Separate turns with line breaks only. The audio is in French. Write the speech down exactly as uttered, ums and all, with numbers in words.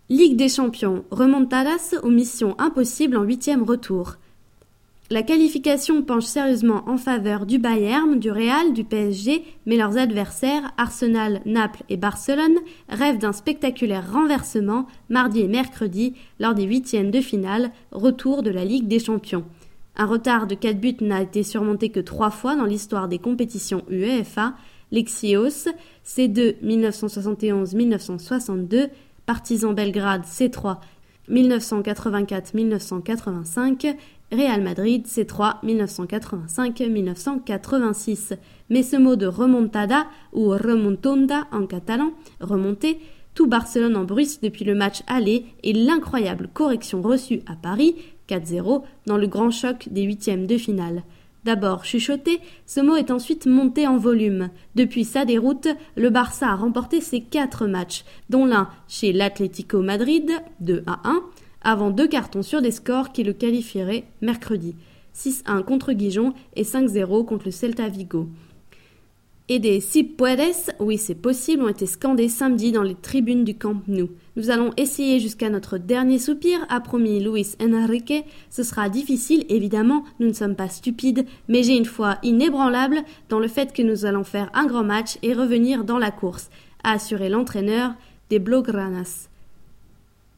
Ligue des champions, remontadas ou mission impossible en huitième retour. La qualification penche sérieusement en faveur du Bayern, du Real, du P S G, mais leurs adversaires, Arsenal, Naples et Barcelone, rêvent d'un spectaculaire renversement mardi et mercredi lors des huitièmes de finale, retour de la Ligue des champions. Un retard de quatre buts n'a été surmonté que trois fois dans l'histoire des compétitions UEFA, l'Exios, C deux mille neuf cent soixante et onze mille neuf cent soixante-deux, Partizan Belgrade C trois mille neuf cent quatre-vingt-quatre mille neuf cent quatre-vingt-cinq, Real Madrid C trois mille neuf cent quatre-vingt-cinq mille neuf cent quatre-vingt-six. Mais ce mot de remontada ou remontonda en catalan, remonter, tout Barcelone en bruisse depuis le match aller et l'incroyable correction reçue à Paris, quatre zéro, dans le grand choc des huitièmes de finale. D'abord chuchoté, ce mot est ensuite monté en volume. Depuis sa déroute, le Barça a remporté ses quatre matchs, dont l'un chez l'Atlético Madrid, deux à un, avant deux cartons sur des scores qui le qualifieraient mercredi, six un contre Guijon et cinq zéro contre le Celta Vigo. Et des si puedes, oui c'est possible, ont été scandés samedi dans les tribunes du Camp Nou. Nous allons essayer jusqu'à notre dernier soupir, a promis Luis Enrique. Ce sera difficile, évidemment, nous ne sommes pas stupides, mais j'ai une foi inébranlable dans le fait que nous allons faire un grand match et revenir dans la course, a assuré l'entraîneur des Blaugranas.